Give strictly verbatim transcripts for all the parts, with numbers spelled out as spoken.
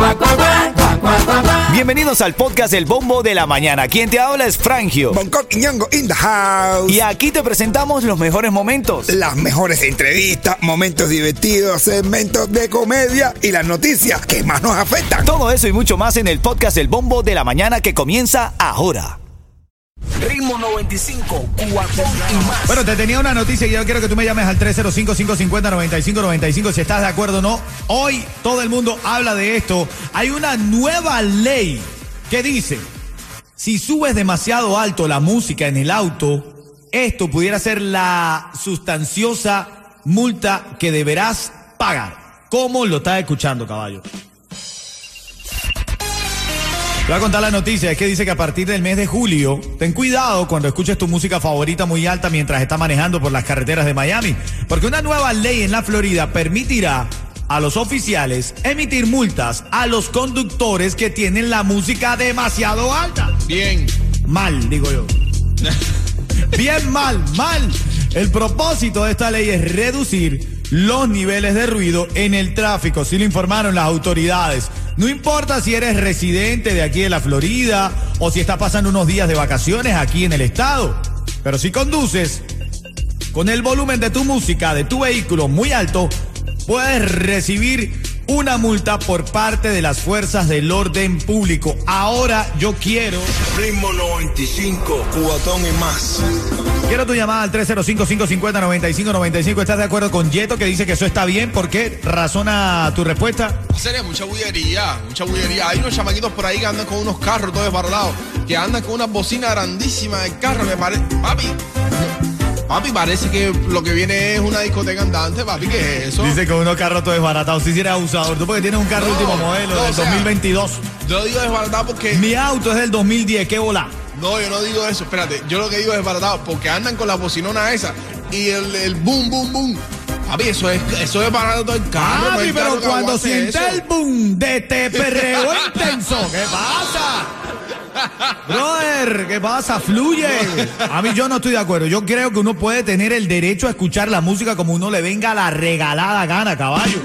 Bienvenidos al podcast El Bombo de la Mañana. Quien te habla es Frangio. Bangkok y Ñongo in the house. Y aquí te presentamos los mejores momentos. Las mejores entrevistas, momentos divertidos, segmentos de comedia y las noticias que más nos afectan. Todo eso y mucho más en el podcast El Bombo de la Mañana que comienza ahora. Ritmo noventa y cinco, Cubatón y más. Bueno, te tenía una noticia y yo quiero que tú me llames al tres cero cinco, cinco cinco cero, nueve cinco nueve cinco si estás de acuerdo o no. Hoy todo el mundo habla de esto. Hay una nueva ley que dice, si subes demasiado alto la música en el auto, esto pudiera ser la sustanciosa multa que deberás pagar. ¿Cómo lo estás escuchando, caballo? Te voy a contar la noticia, es que dice que a partir del mes de julio, ten cuidado cuando escuches tu música favorita muy alta mientras estás manejando por las carreteras de Miami, porque una nueva ley en la Florida permitirá a los oficiales emitir multas a los conductores que tienen la música demasiado alta. Bien. Mal, digo yo. Bien mal, mal. El propósito de esta ley es reducir los niveles de ruido en el tráfico, así lo informaron las autoridades. No importa si eres residente de aquí de la Florida o si estás pasando unos días de vacaciones aquí en el estado. Pero si conduces con el volumen de tu música, de tu vehículo muy alto, puedes recibir una multa por parte de las fuerzas del orden público. Ahora yo quiero... Ritmo noventa y cinco, Cubatón y más. Quiero tu llamada al tres cero cinco, cinco cinco cero, nueve cinco nueve cinco. ¿Estás de acuerdo con Yeto que dice que eso está bien? ¿Por qué? ¿Razona tu respuesta? En serio, mucha bullería, mucha bullería. Hay unos chamaquitos por ahí que andan con unos carros todos desbaratados, que andan con una bocina grandísima de carro. Me parece... Papi... Papi, parece que lo que viene es una discoteca andante, papi, ¿qué es eso? Dice que unos carros todos desbaratados. Si eres abusador, tú porque tienes un carro No, último modelo no, del o sea, dos mil veintidós. Yo digo desbaratado porque... Mi auto es del dos mil diez, ¿qué bola? No, yo no digo eso, espérate. Yo lo que digo es desbaratado porque andan con la bocinona esa y el, el boom, boom, boom. Papi, eso es, eso es barato todo el carro. Papi, no pero carro que cuando aguante siente eso. el boom de este perreo intenso, ¿qué pasa? Brother, ¿qué pasa? Fluye. A mí yo no estoy de acuerdo. Yo creo que uno puede tener el derecho a escuchar la música como uno le venga la regalada gana, caballo.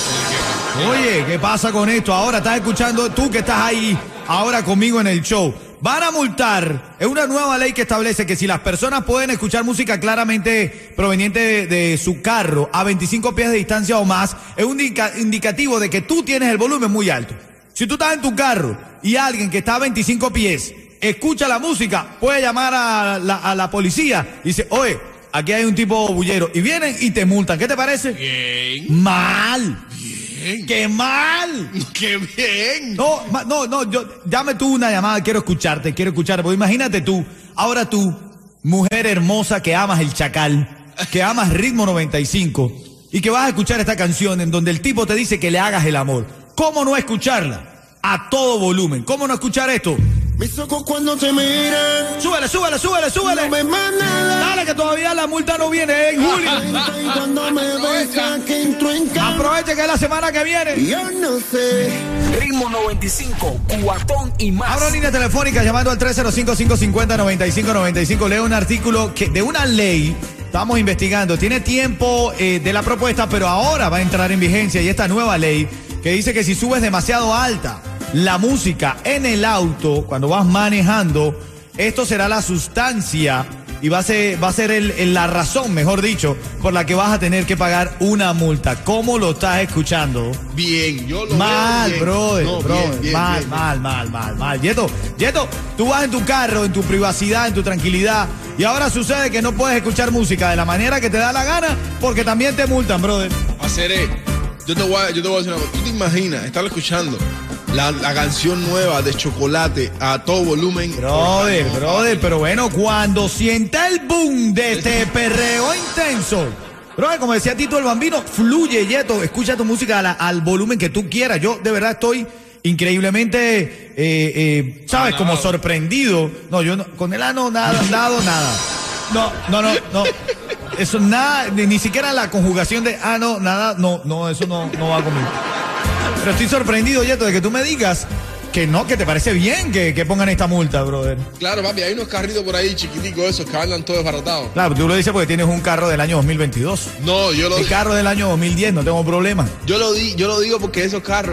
Oye, ¿qué pasa con esto? Ahora estás escuchando, tú que estás ahí ahora conmigo en el show. Van a multar. Es una nueva ley que establece que si las personas pueden escuchar música claramente proveniente de, de su carro a veinticinco pies de distancia o más, es un indica, indicativo de que tú tienes el volumen muy alto. Si tú estás en tu carro y alguien que está a veinticinco pies escucha la música, puede llamar a la, a la policía y dice, oye, aquí hay un tipo bullero. Y vienen y te multan. ¿Qué te parece? Bien. Mal. Bien. ¡Qué mal! ¡Qué bien! No, ma- no, no, yo, dame tú una llamada, quiero escucharte, quiero escucharte. Porque imagínate tú, ahora tú, mujer hermosa que amas el Chacal, que amas Ritmo noventa y cinco y que vas a escuchar esta canción en donde el tipo te dice que le hagas el amor. ¿Cómo no escucharla? A todo volumen. ¿Cómo no escuchar esto? Mis ojos cuando te miran, Súbele, súbele, súbele, súbele. no me más nada. Dale que todavía la multa no viene en julio. Y cuando me besas que entro en calma, Aproveche que es la semana que viene. yo no sé. Ritmo noventa y cinco, Cubatón y más. Abro línea telefónica llamando al tres cero cinco, cinco cinco cero, nueve cinco nueve cinco. Leo un artículo que, de una ley. Estamos investigando. Tiene tiempo eh, de la propuesta, pero ahora va a entrar en vigencia y esta nueva ley que dice que si subes demasiado alta la música en el auto cuando vas manejando, esto será la sustancia y va a ser, va a ser el, el- la razón, mejor dicho, por la que vas a tener que pagar una multa. ¿Cómo lo estás escuchando? Bien, yo lo Mal, veo bien. brother, No, brother, bien, bien, mal, bien, mal, mal, mal, mal. Yeto, Yeto, tú vas en tu carro, en tu privacidad, en tu tranquilidad, y ahora sucede que no puedes escuchar música de la manera que te da la gana, porque también te multan, brother. Haceré. Yo te voy a, yo te voy a decir una cosa. ¿Tú te imaginas estar escuchando la, la canción nueva de Chocolate a todo volumen? Brother, brother, pero bueno, cuando sienta el boom de este perreo intenso, brother, como decía Tito el Bambino, fluye, Yeto, escucha tu música a la- al volumen que tú quieras. Yo de verdad estoy increíblemente, eh, eh, ¿sabes? Como sorprendido. No, yo no, con el ano nada, dado nada. No, no, no, no. Eso nada, ni, ni siquiera la conjugación de ah, no, nada, no, no, eso no, no va conmigo. Pero estoy sorprendido, Yeto, de que tú me digas que no, que te parece bien que, que pongan esta multa, brother. Claro, papi, hay unos carritos por ahí chiquiticos esos que andan todos desbaratados. Claro, tú lo dices porque tienes un carro del año dos mil veintidós. No, yo lo El carro del año dos mil diez, no tengo problema. Yo lo di, yo lo digo porque esos carros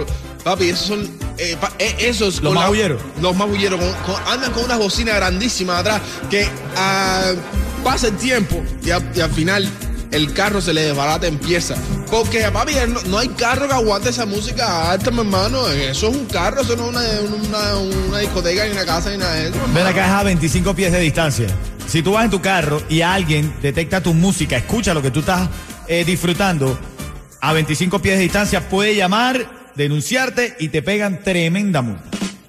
Papi, esos son... Eh, pa, eh, esos... Los magulleros. Los magulleros. Con, con, andan con unas bocinas grandísimas atrás que uh, pasa el tiempo y, a, y al final el carro se le desbarata en piezas. Porque, papi, no, no hay carro que aguante esa música alta, mi hermano. Eso es un carro, eso no es una, una, una discoteca, ni una casa, ni nada de eso. Ven acá, es a veinticinco pies de distancia. Si tú vas en tu carro y alguien detecta tu música, escucha lo que tú estás eh, disfrutando, a veinticinco pies de distancia puede llamar, denunciarte y te pegan tremenda multa.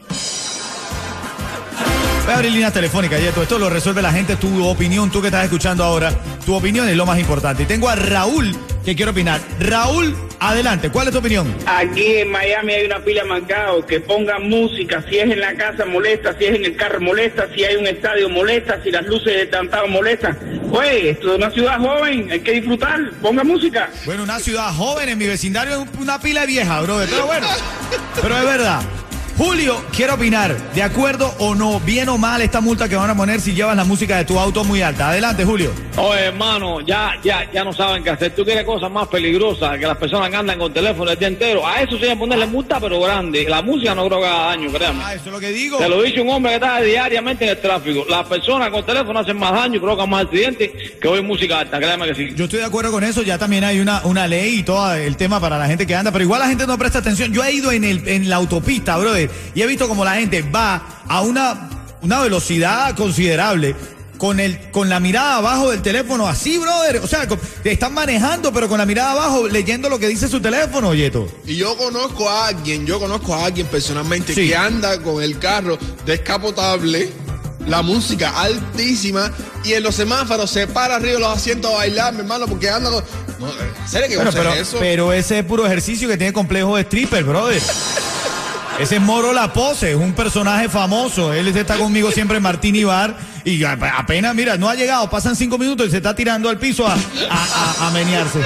Voy a abrir líneas telefónicas, Yeto. Esto lo resuelve la gente, tu opinión, tú que estás escuchando ahora. Tu opinión es lo más importante. Y tengo a Raúl que quiere opinar. Raúl, adelante, ¿cuál es tu opinión? Aquí en Miami hay una pila marcado que pongan música, si es en la casa molesta, si es en el carro molesta, si hay un estadio molesta, si las luces de downtown molestan. Oye, esto es una ciudad joven, hay que disfrutar, ponga música. Bueno, una ciudad joven, en mi vecindario es una pila de vieja, bro, pero bueno, pero es verdad. Julio, quiero opinar, ¿de acuerdo o no, bien o mal esta multa que van a poner si llevas la música de tu auto muy alta? Adelante, Julio. Oye, hermano, ya, ya, ya no saben qué hacer. Tú quieres cosas más peligrosas, que las personas que andan con teléfono el día entero. A eso sí hay que ponerle multa, pero grande. La música no creo que haga daño, créanme. Ah, eso es lo que digo. Te lo dice un hombre que está diariamente en el tráfico. Las personas con teléfono hacen más daño y provocan más accidentes que oír música alta, créanme que sí. Yo estoy de acuerdo con eso, ya también hay una, una ley y todo el tema para la gente que anda, pero igual la gente no presta atención. Yo he ido en, el, en la autopista, brother, y he visto como la gente va a una, una velocidad considerable con el con la mirada abajo del teléfono, así, brother. O sea, con, están manejando, pero con la mirada abajo, leyendo lo que dice su teléfono, Yeto. Y yo conozco a alguien, yo conozco a alguien personalmente Sí. que anda con el carro descapotable, la música altísima, y en los semáforos se para arriba de los asientos a bailar, mi hermano, porque anda con... No, ¿en serio que Bueno, vos pero, haces eso? pero ese es puro ejercicio que tiene complejo de stripper, brother. Ese es Moro La Pose, es un personaje famoso. Él está conmigo siempre en Martini Bar y apenas, mira, no ha llegado, pasan cinco minutos y se está tirando al piso a, a, a, a menearse.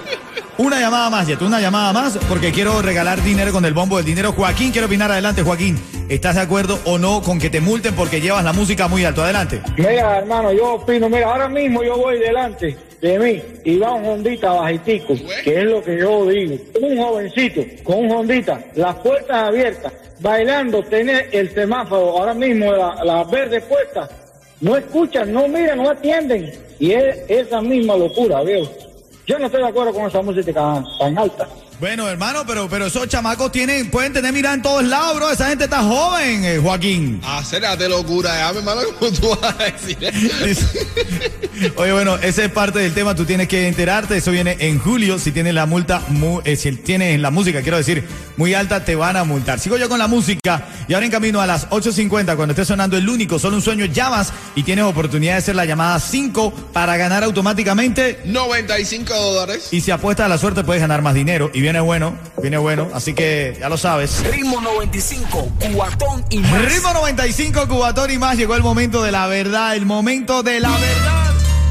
Una llamada más, Yeto, una llamada más, porque quiero regalar dinero con el bombo del dinero. Joaquín, quiero opinar. Adelante, Joaquín. ¿Estás de acuerdo o no con que te multen porque llevas la música muy alto? Adelante. Mira, hermano, yo opino, mira, ahora mismo yo voy delante de mí y va un Hondita bajitico, que es lo que yo digo. Un jovencito con un Hondita, las puertas abiertas, bailando, tener el semáforo, ahora mismo las la verdes puestas, no escuchan, no miran, no atienden. Y es esa misma locura, veo. Yo no estoy de acuerdo con esa música tan, tan alta. Bueno, hermano, pero, pero esos chamacos tienen, pueden tener mirada en todos lados, bro. Esa gente está joven, eh, Joaquín. Acérate locura, ya, mi hermano, como tú vas a decir eso. Oye, bueno, ese es parte del tema, tú tienes que enterarte, eso viene en julio, si tienes la multa, muy, eh, si tienes la música, quiero decir, muy alta, te van a multar. Sigo yo con la música y ahora en camino a las ocho cincuenta, cuando esté sonando el único, solo un sueño, llamas y tienes oportunidad de ser la llamada cinco para ganar automáticamente. noventa y cinco dólares. Y si apuestas a la suerte puedes ganar más dinero y viene bueno, viene bueno, así que ya lo sabes. Ritmo noventa y cinco, Cubatón y más. Ritmo noventa y cinco, Cubatón y más, llegó el momento de la verdad, el momento de la verdad.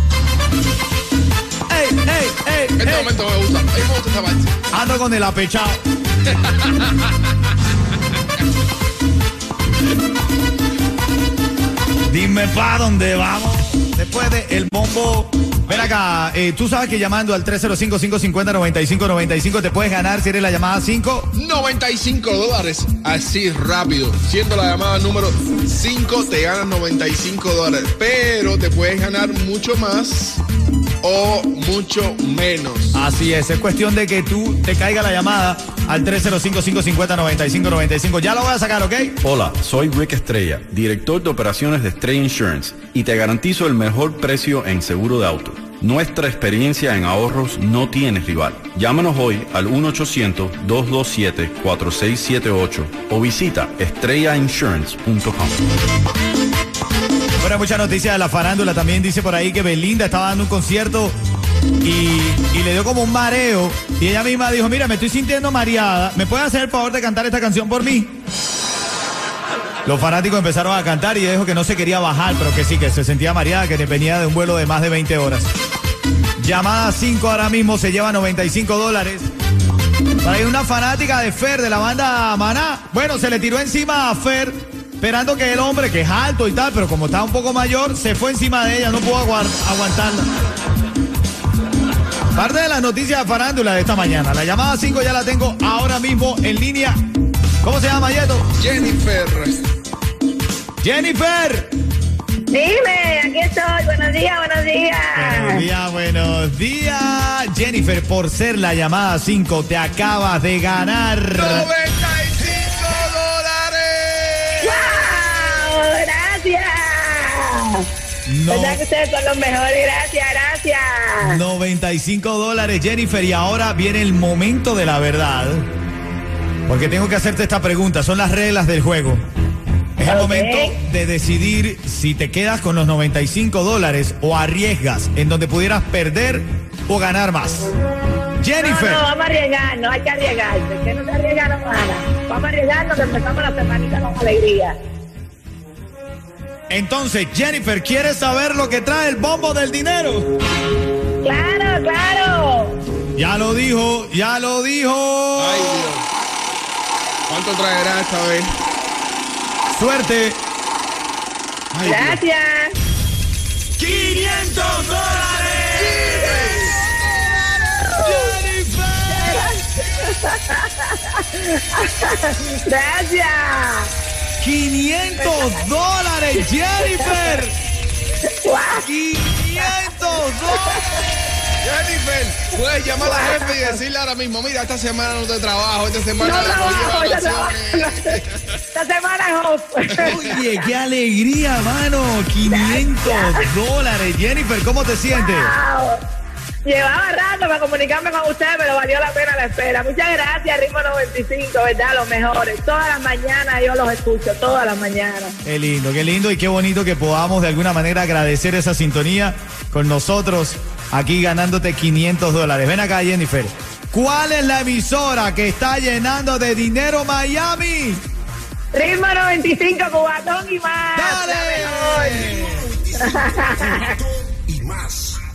¡Ey, ey, ey! Este ey. momento me gusta, a mí me gusta esta parte. Ando con el apechado. Dime pa' dónde vamos. Después de el bombo. Ven acá, eh, tú sabes que llamando al tres cero cinco, cinco cinco cero, nueve cinco nueve cinco te puedes ganar si eres la llamada cinco. noventa y cinco dólares, así rápido. Siendo la llamada número cinco, te ganas noventa y cinco dólares. Pero te puedes ganar mucho más o mucho menos. Así es, es cuestión de que tú te caiga la llamada al tres cero cinco, cinco cinco cero, nueve cinco nueve cinco. Ya lo voy a sacar, ¿ok? Hola, soy Rick Estrella, director de operaciones de Estrella Insurance, y te garantizo el mejor precio en seguro de auto. Nuestra experiencia en ahorros no tiene rival. Llámanos hoy al uno ochocientos, dos dos siete, cuatro seis siete ocho o visita estrella insurance punto com. Bueno, mucha noticia de la farándula. También dice por ahí que Belinda estaba dando un concierto y, y le dio como un mareo. Y ella misma dijo, mira, me estoy sintiendo mareada. ¿Me pueden hacer el favor de cantar esta canción por mí? Los fanáticos empezaron a cantar y ella dijo que no se quería bajar, pero que sí, que se sentía mareada, que venía de un vuelo de más de veinte horas. Llamada cinco ahora mismo se lleva noventa y cinco dólares. Para ahí una fanática de Fer, de la banda Maná. Bueno, se le tiró encima a Fer, esperando que el hombre, que es alto y tal, pero como estaba un poco mayor, se fue encima de ella, no pudo aguar- aguantarla. Parte de las noticias de farándula de esta mañana. La llamada cinco ya la tengo ahora mismo en línea. ¿Cómo se llama, Yeto? Jennifer. Jennifer. Dime, aquí estoy. Buenos días, buenos días. Buenos días, buenos días. Jennifer, por ser la llamada cinco, te acabas de ganar noventa y cinco dólares. ¡Wow! Gracias. No. ¿Verdad que ustedes son los mejores? Gracias, gracias. noventa y cinco dólares, Jennifer. Y ahora viene el momento de la verdad. Porque tengo que hacerte esta pregunta. Son las reglas del juego. Es el Okay. momento de decidir si te quedas con los noventa y cinco dólares o arriesgas en donde pudieras perder o ganar más. Jennifer. No, no, vamos a arriesgar, no hay que arriesgarse. Que no se arriesga no gana. Vamos a arriesgarnos que empezamos la semanita con alegría. Entonces, Jennifer, ¿quieres saber lo que trae el bombo del dinero? Claro, claro. Ya lo dijo, ya lo dijo. Ay, Dios. ¿Cuánto traerá esta vez? Suerte. Ay, Gracias. ¡quinientos dólares! Gracias. ¡quinientos dólares, Jennifer! Wow. ¡quinientos dólares! Jennifer, puedes llamar a la jefe y decirle ahora mismo, mira, esta semana no te trabajo, esta semana No la trabajo, cogí de esta vacaciones. Esta semana es off. Oye, qué alegría, mano. quinientos dólares. Jennifer, ¿cómo te sientes? Wow. Llevaba rato para comunicarme con ustedes, pero valió la pena la espera. Muchas gracias, Ritmo noventa y cinco, ¿verdad? Los mejores. Todas las mañanas yo los escucho, todas las mañanas. Qué lindo, qué lindo y qué bonito que podamos de alguna manera agradecer esa sintonía con nosotros aquí ganándote quinientos dólares. Ven acá, Jennifer. ¿Cuál es la emisora que está llenando de dinero Miami? Ritmo noventa y cinco, Cubatón y más. ¡Dale! La mejor. Y más.